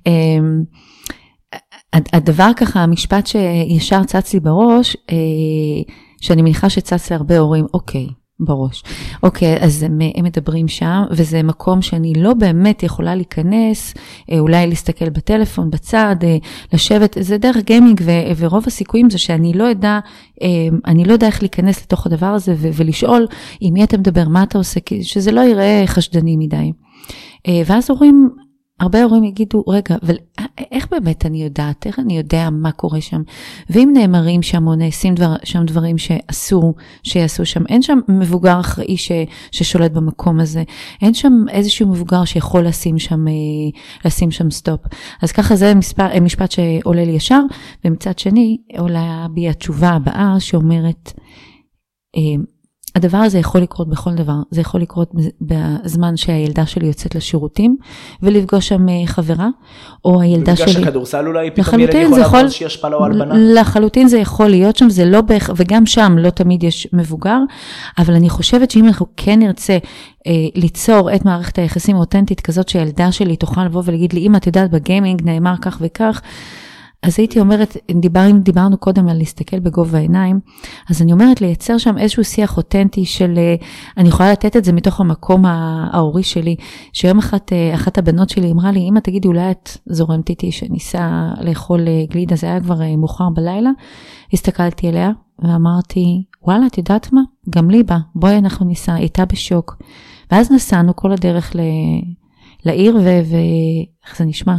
[SPEAKER 2] הדבר ככה, המשפט שישר צץ לי בראש, שאני מניחה שצץ להרבה הורים, אוקיי. בראש. אוקיי, אז הם מדברים שם, וזה מקום שאני לא באמת יכולה להיכנס, אולי להסתכל בטלפון, בצד, לשבת, זה דרך גיימינג, ורוב הסיכויים זה שאני לא יודע, איך להיכנס לתוך הדבר הזה, ולשאול עם מי אתה מדבר, מה אתה עושה, שזה לא ייראה חשדני מדי. ואז הרבה הורים יגידו, רגע, אבל איך באמת אני יודעת, איך אני יודע מה קורה שם? ואם נאמרים שם או נעשים שם דברים שאסור שיעשו שם, אין שם מבוגר אחראי ששולט במקום הזה, אין שם איזשהו מבוגר שיכול לשים שם סטופ. אז ככה זה משפט שעולה לי ישר, ומצד שני עולה בי התשובה הבאה שאומרת, הדבר הזה יכול לקרות בכל דבר, זה יכול לקרות בזמן שהילדה שלי יוצאת לשירותים, ולפגוש שם חברה, או הילדה שלי...
[SPEAKER 1] בגלל שכדורסל אולי פתאום ילד יכול לעבור שיש השפעה או הלבנה?
[SPEAKER 2] לחלוטין זה יכול להיות שם, זה לא וגם שם לא תמיד יש מבוגר, אבל אני חושבת שאם אנחנו כן נרצה ליצור את מערכת היחסים האותנטית כזאת, שהילדה שלי תוכל לבוא ולהגיד לי, אם את יודעת בגיימינג נאמר כך וכך, אז הייתי אומרת, דיברנו קודם על להסתכל בגובה העיניים, אז אני אומרת לייצר שם איזשהו שיח אותנטי של, אני יכולה לתת את זה מתוך המקום ההורי שלי, שיום אחת הבנות שלי אמרה לי, אמא תגידי אולי את זורמת איתי שניסה לאכול גלידה, זה היה כבר מאוחר בלילה, הסתכלתי אליה ואמרתי, וואלה את יודעת מה? גם לי בא, בואי אנחנו ניסה, הייתה בשוק, ואז נסענו כל הדרך לעיר איך זה נשמע?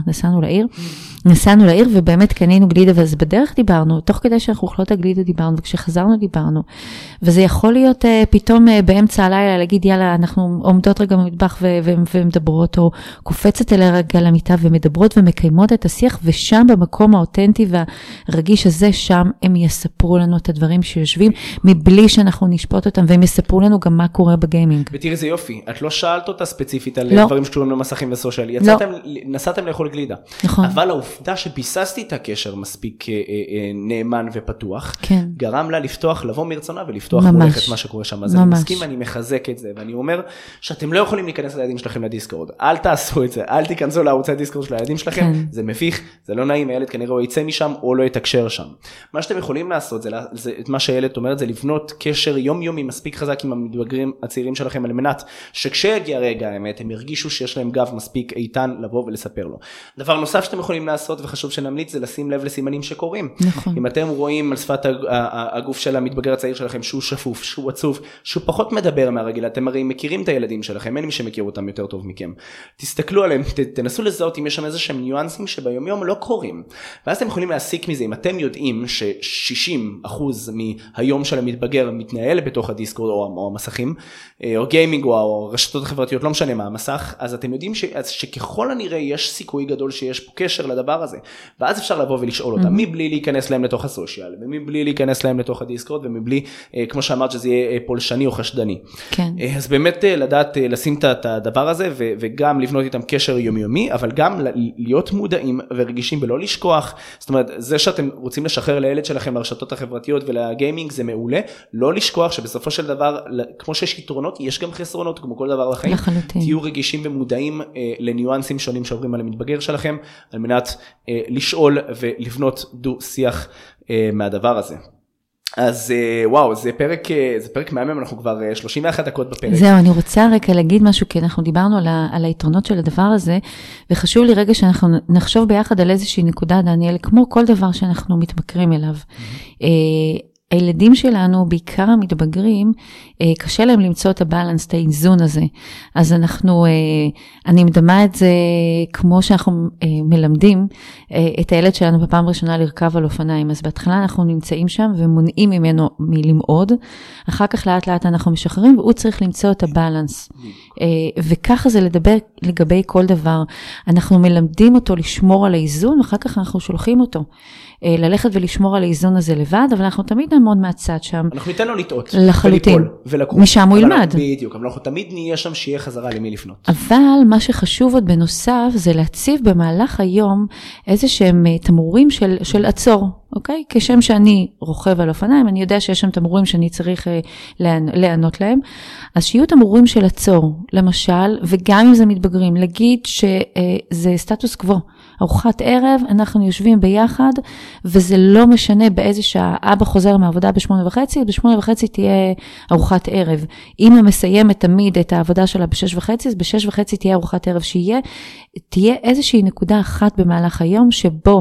[SPEAKER 2] נסענו לעיר, ובאמת קנינו גלידה, ואז בדרך דיברנו, תוך כדי שאנחנו אוכלות הגלידה דיברנו, וכשחזרנו דיברנו, וזה יכול להיות פתאום באמצע הלילה, להגיד יאללה, אנחנו עומדות רגע במטבח ומדברות, או קופצת אל הרגע למיטה, ומדברות ומקיימות את השיח, ושם במקום האותנטי והרגיש הזה, שם הם יספרו לנו את הדברים שיושבים, מבלי שאנחנו נשפוט אותם, והם יספרו לנו גם מה קורה בגיימינג.
[SPEAKER 1] ותראי זה יופי, את לא שאלת אותה ספציפית על דברים שקשורים למסכים וסושיאל, נסעתם לאכול גלידה.
[SPEAKER 2] נכון.
[SPEAKER 1] אבל העובדה שביססתי את הקשר מספיק נאמן ופתוח,
[SPEAKER 2] כן.
[SPEAKER 1] גרם לה לפתוח, לבוא מרצונה ולפתוח מולך את מה שקורה שם. אז אני מסכים, אני מחזק את זה, ואני אומר שאתם לא יכולים להיכנס לילדים שלכם לדיסקורד. אל תעשו את זה, אל תיכנסו לערוצי הדיסקורד של הילדים שלכם, כן. זה מביך, זה לא נעים, הילד כנראה הוא יצא משם או לא יתקשר שם. מה שאתם יכולים לעשות, זה מה שהילד אומרת, זה לבנות קשר יומיומי מספיק חזק עם המתבגרים הצעירים שלכם, על מנת שכשיגיע רגע האמת, הם ירגישו שיש להם גב מספיק איתן לבוא ולספר לו. דבר נוסף שאתם יכולים לעשות, וחשוב שנמליץ, זה לשים לב לסימנים שקורים.
[SPEAKER 2] נכון.
[SPEAKER 1] אם אתם רואים על שפת הגוף של המתבגר הצעיר שלכם, שהוא שפוף, שהוא עצוב, שהוא פחות מדבר מהרגיל, אתם הרי מכירים את הילדים שלכם, אין מי שמכיר אותם יותר טוב מכם. תסתכלו עליהם, תנסו לזהות אם יש שם איזה שהם ניואנסים שביום יום לא קורים. ואז אתם יכולים להסיק מזה, אם אתם יודעים ש60% מהיום של המתבגר מתנהל בתוך הדיסקורד או המסכים, או גיימינג או רשתות החברתיות, לא משנה מה המסך, אז אתם יודעים שככל הנראה יש סיכוי גדול שיש פה קשר לדבר הזה. ואז אפשר לבוא ולשאול אותם, מבלי להיכנס להם לתוך הסושיאל, ומבלי להיכנס להם לתוך הדיסקורד, ומבלי, כמו שאמרת, שזה יהיה פולשני או חשדני.
[SPEAKER 2] כן.
[SPEAKER 1] אז באמת לדעת, לשים את הדבר הזה, וגם לבנות איתם קשר יומיומי, אבל גם להיות מודעים ורגישים ולא לשכוח. זאת אומרת, זה שאתם רוצים לשחרר לילד שלכם לרשתות החברתיות ולגיימינג, זה מעולה. לא לשכוח שבסופו של דבר, כמו שיש יתרונות, יש גם חסרונות, כמו כל דבר בחיים.
[SPEAKER 2] לחלוטין.
[SPEAKER 1] תהיו רגישים ומודעים לניואנסים שונים שעוברים על המתבגר שלכם, על מנת לשאול ולבנות דו שיח מהדבר הזה. אז וואו, זה פרק מהמם, אנחנו כבר 31 דקות בפרק.
[SPEAKER 2] זהו, אני רוצה רגע להגיד משהו, כי אנחנו דיברנו על היתרונות של הדבר הזה, וחשוב לי רגע שאנחנו נחשוב ביחד על איזושהי נקודה, דניאל, כמו כל דבר שאנחנו מתמכרים אליו. הילדים שלנו, בעיקר המתבגרים, קשה להם למצוא את הבלנס, את האיזון הזה. אז אני מדמה את זה כמו שאנחנו מלמדים את הילד שלנו בפעם ראשונה לרכב על אופניים. אז בהתחלה אנחנו נמצאים שם ומונעים ממנו מלמעוד, אחר כך לאט לאט אנחנו משחררים, והוא צריך למצוא את הבלנס. וככה זה לדבר לגבי כל דבר. אנחנו מלמדים אותו לשמור על האיזון, ואחר כך אנחנו שולחים אותו. ללכת ולשמור על האיזון הזה לבד, אבל אנחנו תמיד נעמוד מהצד שם.
[SPEAKER 1] אנחנו ניתן לו לטעות.
[SPEAKER 2] לחלוטין.
[SPEAKER 1] ולקום.
[SPEAKER 2] משם הוא ילמד.
[SPEAKER 1] בדיוק, אבל אנחנו תמיד נהיה שם שיהיה חזרה למי לפנות.
[SPEAKER 2] אבל מה שחשוב עוד בנוסף, זה להציב במהלך היום איזה שהם תמרורים של עצור, אוקיי? כשם שאני רוכב על אופניים, אני יודע שיש שם תמרורים שאני צריך לענות להם, אז שיהיו תמרורים של עצור, למשל, וגם אם זה מתבגרים, להגיד שזה סטטוס קוו. ארוחת ערב, אנחנו יושבים ביחד, וזה לא משנה באיזה שעה, אבא חוזר מהעבודה ב8:30, ב8:30 תהיה ארוחת ערב. אם הוא מסיים תמיד את העבודה שלה ב6:30, אז ב6:30 תהיה ארוחת ערב, תהיה איזושהי נקודה אחת במהלך היום,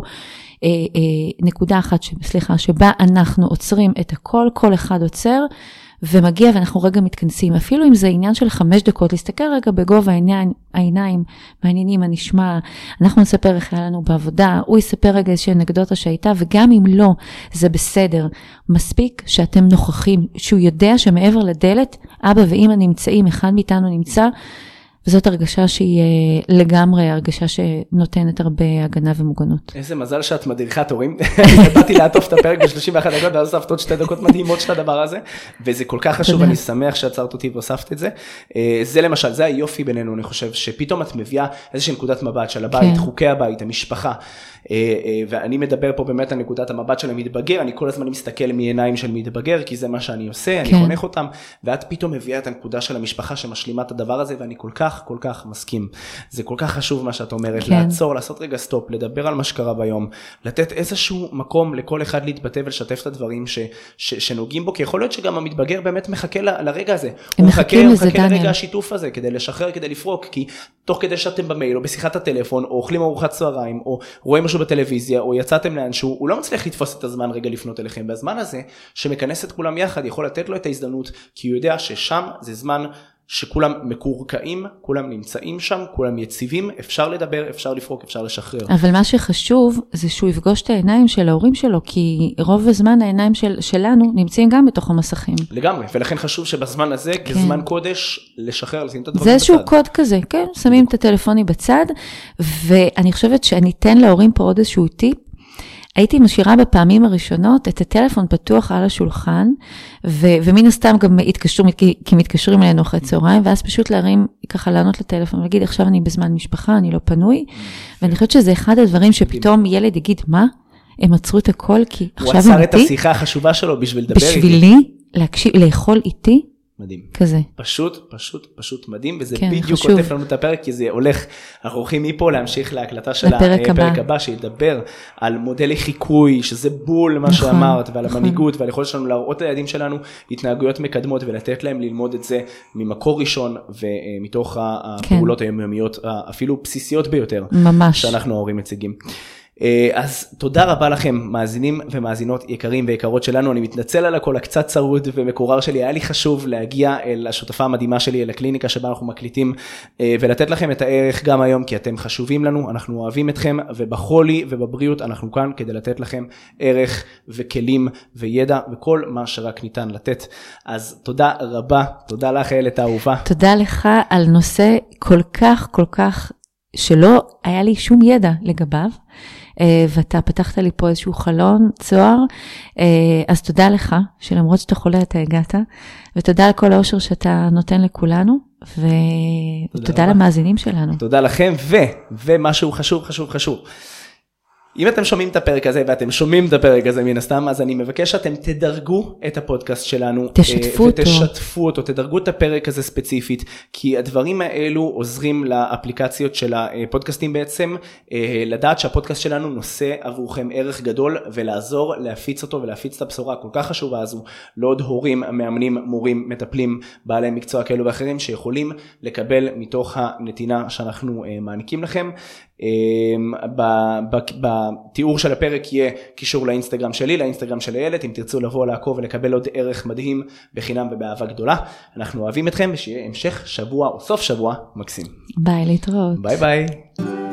[SPEAKER 2] שבה אנחנו עוצרים את הכל, כל אחד עוצר, ומגיע ואנחנו רגע מתכנסים, אפילו אם זה עניין של 5 דקות, להסתכל רגע בגובה העיניים, מעניינים, הנשמע, אנחנו נספר איך היה לנו בעבודה, הוא יספר רגע איזושהי אנקדוטה שהייתה, וגם אם לא, זה בסדר, מספיק שאתם נוכחים, שהוא יודע שמעבר לדלת, אבא ואמא נמצאים, אחד מאיתנו נמצא, וזאת הרגשה שהיא לגמרי הרגשה שנותנת הרבה הגנה ומוגנות.
[SPEAKER 1] איזה מזל שאת מדריכת הורים. באתי לעטוף את הפרק ב31 דקות, ואז הוספת עוד 2 דקות מדהימות של הדבר הזה, וזה כל כך חשוב, אני שמח שעצרת אותי והוספת את זה. זה למשל, זה היופי בינינו, אני חושב, שפתאום את מביאה איזושהי נקודת מבט של הבית, חוקי הבית, המשפחה, ואני מדבר פה באמת על נקודת המבט של המתבגר, אני כל הזמן מסתכל מעיניים של מתבגר, כי זה מה שאני עושה, אני חונך אותם, ואת פתאום מביאה את הנקודה של המשפחה שמשלימה את הדבר הזה, ואני כל כך מסכים. זה כל כך חשוב מה שאת אומרת, לעצור, לעשות רגע סטופ, לדבר על מה שקרה ביום, לתת איזשהו מקום לכל אחד להתבטא ולשתף את הדברים שנוגעים בו, כי יכול להיות שגם המתבגר באמת מחכה לרגע הזה. הוא מחכה לרגע השיתוף הזה, כדי לשחרר, כדי לפרוק, כי תוך כדי שאתם במייל, או בשיחת הטלפון, או אוכלים ארוחת צהריים, או רואים משהו בטלוויזיה, או יצאתם לאנשהו, הוא לא מצליח לתפוס את הזמן רגע לפנות אליכם. והזמן הזה, שמכנס את כולם יחד, יכול לתת לו את ההזדמנות, כי הוא יודע ששם זה זמן שכולם מקורקעים, כולם נמצאים שם, כולם יציבים, אפשר לדבר, אפשר לפרוק, אפשר לשחרר.
[SPEAKER 2] אבל מה שחשוב זה שהוא יפגוש את העיניים של ההורים שלו, כי רוב הזמן העיניים שלנו נמצאים גם בתוך המסכים.
[SPEAKER 1] לגמרי, ולכן חשוב שבזמן הזה, כזמן קודש, לשחרר, לשים את הדברים בצד.
[SPEAKER 2] זה איזשהו קוד כזה, כן? שמים את הטלפוני בצד, ואני חושבת שאני אתן להורים פה עוד איזשהו טיפ, הייתי משאירה בפעמים הראשונות את הטלפון פתוח על השולחן, ומן הסתם גם כי מתקשרים אלינו אחרי צהריים, ואז פשוט להרים, ככה לענות לטלפון, ולהגיד, עכשיו אני בזמן משפחה, אני לא פנוי, ואני חושבת שזה אחד הדברים שפתאום ילד יגיד, מה? הם עצרו את הכל, כי עכשיו הם איתי.
[SPEAKER 1] הוא עצר את השיחה החשובה שלו בשביל לדבר איתי.
[SPEAKER 2] בשבילי, לאכול איתי.
[SPEAKER 1] מדהים.
[SPEAKER 2] כזה.
[SPEAKER 1] פשוט מדהים, וזה
[SPEAKER 2] כן,
[SPEAKER 1] בדיוק עוטף לנו את הפרק, כי זה הולך, אנחנו הולכים מפה להמשיך להקלטה של הפרק הבא, שידבר על מודלי חיקוי, שזה בול מה שאמרת, ועל המנהיגות, ועל יכולת שלנו להראות לילדים שלנו התנהגויות מקדמות, ולתת להם ללמוד את זה ממקור ראשון, ומתוך הפעולות היומיומיות, אפילו בסיסיות ביותר,
[SPEAKER 2] ממש.
[SPEAKER 1] שאנחנו ההורים מציגים. אז תודה רבה לכם, מאזינים ומאזינות יקרים ויקרות שלנו, אני מתנצל על הכל הקצת צרוד ומקורר שלי, היה לי חשוב להגיע אל השותפה המדהימה שלי, אל הקליניקה שבה אנחנו מקליטים, ולתת לכם את הערך גם היום, כי אתם חשובים לנו, אנחנו אוהבים אתכם, ובחולי ובבריאות אנחנו כאן כדי לתת לכם ערך וכלים וידע, וכל מה שרק ניתן לתת. אז תודה רבה, תודה לך איילת האהובה.
[SPEAKER 2] תודה לך על נושא כל כך שלא היה לי שום ידע לגביו, ואתה פתחת לי פה איזשהו חלון, צוהר, אז תודה לך, שלמרות שאתה חולה אתה הגעת, ותודה על כל האושר שאתה נותן לכולנו, ותודה למאזינים שלנו.
[SPEAKER 1] תודה לכם, ומשהו חשוב. אם אתם שומעים את הפרק הזה, ואתם שומעים את הפרק הזה מן הסתם, אז אני מבקש שאתם תדרגו את הפודקאסט שלנו. ותשתפו אותו, תדרגו את הפרק הזה ספציפית, כי הדברים האלו עוזרים לאפליקציות של הפודקאסטים בעצם, לדעת שהפודקאסט שלנו נושא עבורכם ערך גדול, ולעזור להפיץ אותו ולהפיץ את הבשורה כל כך חשובה הזו, לעוד הורים, מאמנים, מורים, מטפלים, בעלי מקצוע כאלו ואחרים, שיכולים לקבל מתוך הנתינה שאנחנו מעניקים לכם. בתיאור של הפרק יהיה קישור לאינסטגרם שלי, לאינסטגרם של איילת, אם תרצו לבוא לעקוב ולקבל עוד ערך מדהים בחינם ובאהבה גדולה. אנחנו אוהבים אתכם, ושיהיה המשך שבוע או סוף שבוע מקסים.
[SPEAKER 2] ביי, להתראות.
[SPEAKER 1] ביי ביי.